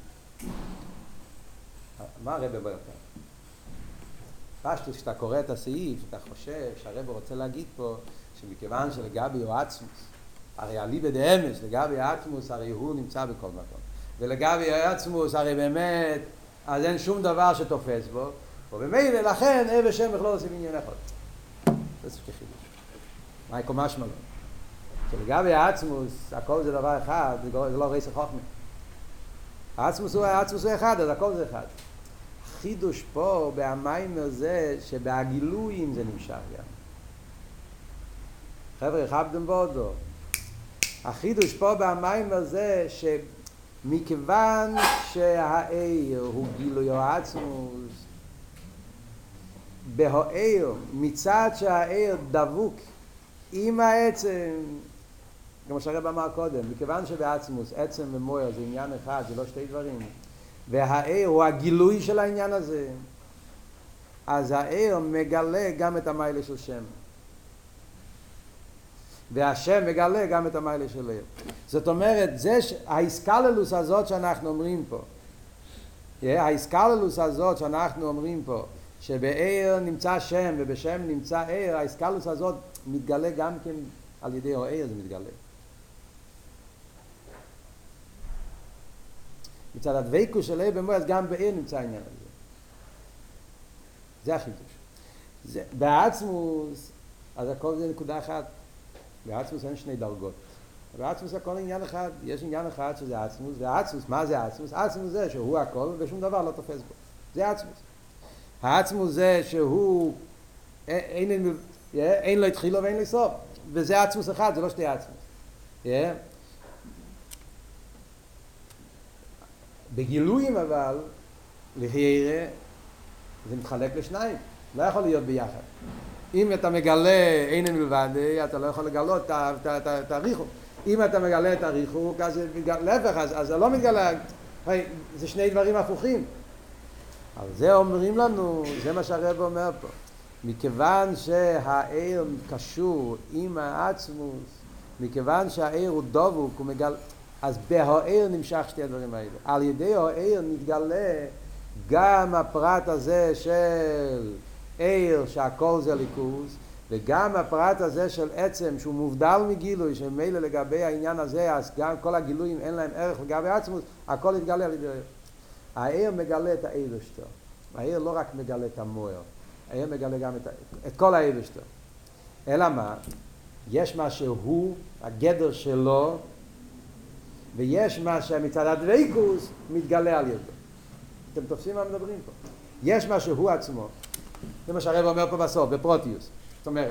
A: מה הרב אומר כאן? פשטוס, כשאתה קורא את הסעיף, אתה חושב שהרב רוצה להגיד פה שמכיוון שלגבי הוא עצמוס, הרי אליבא דאמס, לגבי העצמוס, הרי הוא נמצא בכל מקום. ולגבי העצמוס, הרי באמת, אז אין שום דבר שתופס בו, ובמילא לכן, אב ושם וכלול עושים עניין אחד. זה ספקי חידוש. מה יקום משמע לו? שלגבי העצמוס, הכל זה דבר אחד, זה לא רייס החוכמה. העצמוס הוא, העצמוס הוא אחד, אז הכל זה אחד. החידוש פה, בהמיימר זה, שבהגילויים זה נמשך גם. חבר'ה, חבדם בודו. החידוש פה בהמיימר זה שמכיוון שהעיר הוא גילוי העצמוס, בהעיר, מצד שהעיר דבוק עם העצם, כמו שהרב אמר קודם, מכיוון שבעצמוס עצם ומויר זה עניין אחד, זה לא שתי דברים, והעיר הוא הגילוי של העניין הזה, אז העיר מגלה גם את המיילה של שם. והשם מגלה גם את המיילה של עיר. זאת אומרת, זה ש... ההסקללוס הזאת שאנחנו אומרים פה, ההסקללוס הזאת שאנחנו אומרים פה, שבעיר נמצא שם ובשם נמצא עיר, ההסקללוס הזאת מתגלה גם כן על ידי העיר, זה מתגלה. מצד הדבקות של עיר במועד, גם בעיר נמצא העניין הזה. זה החידוש. זה, בעצמוס, אז הכל זה נקודה אחת. בעצמוס אין שני דרגות. בעצמוס הכל עניין אחד. יש עניין אחד שזה עצמוס, והעצמוס, מה זה עצמוס? עצמוס זה שהוא הכל ושום דבר לא תופס בו. זה עצמוס. העצמוס זה שהוא אין, אין, אין לו התחילו ואין לו סוף. וזה עצמוס אחד, זה לא שתי עצמוס. בגילויים אבל, לחיירה, זה מתחלק לשניים, לא יכול להיות ביחד. אם אתה מגלה אין מלבד, אתה לא יכול לגלות את הריחוק. אם אתה מגלה את הריחוק, אז להפך, אז זה לא מתגלה, זה שני דברים הפוכים. אבל זה אומרים לנו, זה מה שהרב אומר פה. מכיוון שהעיר קשור עם העצמוס, מכיוון שהעיר הוא דבוק, הוא מגל... אז בהעיר נמשך שתי הדברים האלה. על ידי העיר נתגלה גם הפרט הזה של עיר שהכל זה ליכוז, וגם הפרט הזה של עצם שהוא מובדל מגילוי, שמילא לגבי העניין הזה, אז גם כל הגילויים אין להם ערך לגבי עצמוס, הכל יתגלה על ידי העיר. העיר מגלה את העיר שלו. העיר לא רק מגלה את המוער, העיר מגלה גם את, את כל העיר שלו. אלא מה? יש מה שהוא, הגדר שלו, ויש מה שמצד הדבקות מתגלה על ידו. אתם תופסים מה מדברים פה? יש מה שהוא עצמו. זה מה שהרב אומר פה בסוף, בפרוטיוס. זאת אומרת,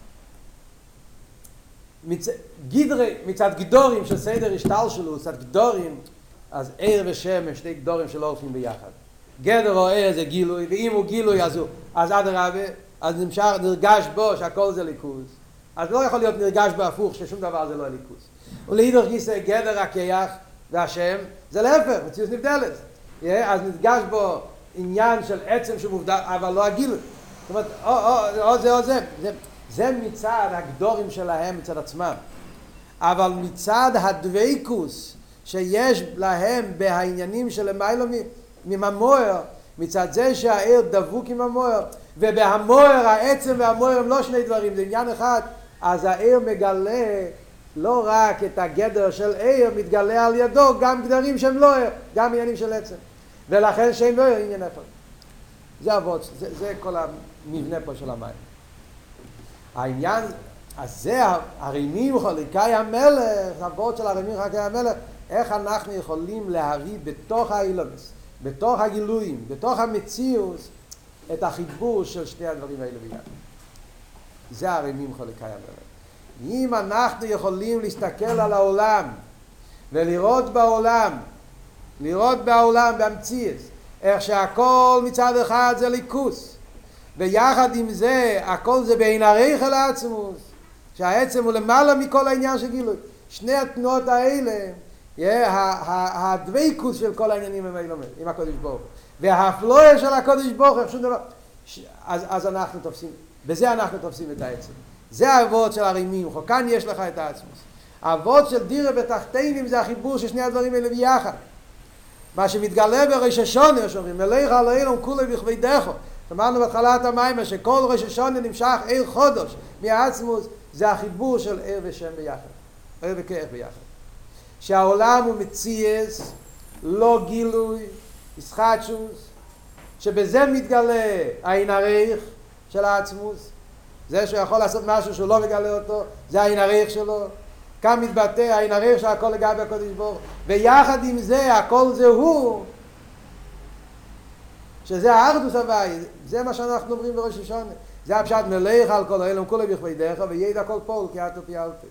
A: מצ... גדרי, מצד גדורים של סדר השתל שלו, מצד גדורים, אז עיר ושם הם שני גדורים שלא הולכים ביחד. גדר או עיר זה גילוי, ואם הוא גילוי אז הוא, אז עד הרבה, אז נמשך, נרגש בו שהכל זה ליכוז. אז לא יכול להיות נרגש בהפוך ששום דבר זה לא ליכוז. ולהידור גיסא גדר הכיח והשם, זה להפך, מציאות נבדלת. אז נרגש בו עניין של עצם שמובדל, אבל לא הגילוי. זאת אומרת, או, או, או זה או זה. זה, זה מצד הגדורים שלהם, מצד עצמם. אבל מצד הדבקוס שיש להם בעניינים של למיילו מממויר, מצד זה שהעיר דבוק עם המויר, ובהמויר העצם והמויר הם לא שני דברים, זה עניין אחד, אז העיר מגלה לא רק את הגדר של עיר, מתגלה על ידו גם גדרים שהם לא עיר, גם עניינים של עצם. ולכן שהם לא עיר עניין אחד. זה אבות, זה, זה כל המבנה פה של המים. העניין, אז זה הרימים חלקי המלך, אבות של הרימים חלקי המלך, איך אנחנו יכולים להביא בתוך האילומס, בתוך הגילויים, בתוך המציאות, את החיבור של שני הדברים האלה ביחד. זה הרימים חלקי המלך. אם אנחנו יכולים להסתכל על העולם ולראות בעולם, לראות בעולם במציאות, איך שהכל מצד אחד זה ליכוס, ויחד עם זה הכל זה בעין הריך אל העצמוס, שהעצם הוא למעלה מכל העניין של גילוי. שני התנועות האלה, הדבקות של כל העניינים הם האלה עם הקודש ברוך, והאפלויה של הקודש ברוך, שום דבר. אז, אז אנחנו תופסים, בזה אנחנו תופסים את העצם. זה האבות של הרימים, כאן יש לך את העצמוס. האבות של דירה בתחתינים זה החיבור של שני הדברים האלה ביחד. מה שמתגלה בראש השונה, שאומרים, מלך על אילום כולי בכבדך. אמרנו בהתחלת המים שכל ראש השונה נמשך עיר חודש מהעצמוס, זה החיבור של עיר ושם ביחד. עיר וכיח ביחד. שהעולם הוא מציאס, לא גילוי, ישחטשוס, שבזה מתגלה העין הריך של העצמוס, זה שהוא יכול לעשות משהו שהוא לא מגלה אותו, זה העין הריך שלו. כאן מתבטא העין הריך של הכל לגבי הקודש ברוך, ויחד עם זה הכל זה הוא, שזה האחדוס הוואי, זה מה שאנחנו אומרים בראש השונה. זה הפשט מלך על כל העולם כולו בכבדך וידע כל פועל כי אתו פיאלתי.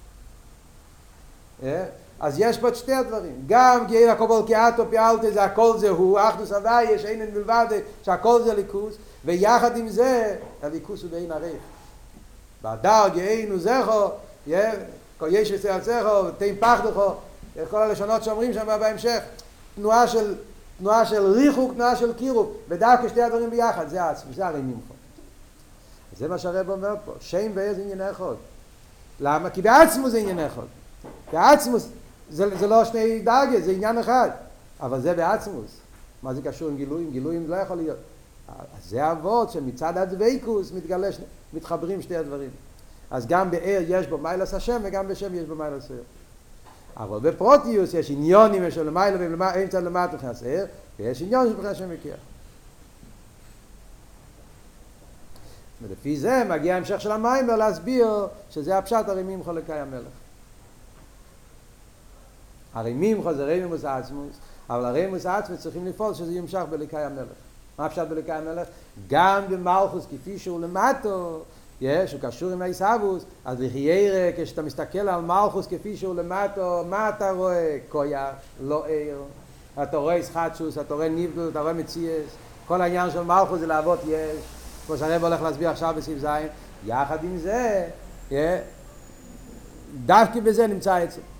A: אז יש פה את שתי הדברים, גם כי ידע כל פועל כי אתו פיאלתי, זה הכל זה הוא, האחדוס הוואי, יש אין מלבד שהכל זה ליכוס, ויחד עם זה הליכוס הוא בעין הריך. בהדר גאינו זכו, כל יש יצא זכו, תן פחדכו, כל הלשונות שאומרים שם בהמשך, תנועה של תנועה של ריחוק, תנועה של קירוב, ודווקא שתי הדברים ביחד, זה העצמוס, זה הרימים פה. זה מה שהרב אומר פה, שם ועיר זה עניין אחד. למה? כי בעצמוס זה עניין אחד. בעצמוס זה, זה לא שני דרגות, זה עניין אחד. אבל זה בעצמוס. מה זה קשור עם גילויים? גילויים לא יכול להיות. אז זה אבות שמצד הדבקות מתגלה, שני, מתחברים שתי הדברים. אז גם בעיר יש בו מיילס השם, וגם בשם יש בו מיילס העיר. אבל בפרוטיוס יש עניונים של למעלה ואמצע למטה מבחינת העיר, ויש עניונים מבחינת השם וכיח. ולפי זה מגיע המשך של המים ולהסביר שזה הפשט הרימים חלקי המלך. הרימים זה רימימוס עצמוס, אבל הרימימוס עצמוס צריכים לפעול שזה ימשך בליקי המלך. מה הפשט בליקי המלך? גם במלכוס כפי שהוא למטו, יש, הוא קשור עם העיסאוויס, אז לחיירה, כשאתה מסתכל על מלכוס כפי שהוא למטו, מה אתה רואה? כויח, לא עיר. אתה רואה ישחטשוס, אתה רואה נבדות, אתה רואה מציאס, כל העניין של מלכות זה לעבוד יש, כמו שהרב הולך להסביר עכשיו בסעיף זין, יחד עם זה, דווקא בזה נמצא את זה.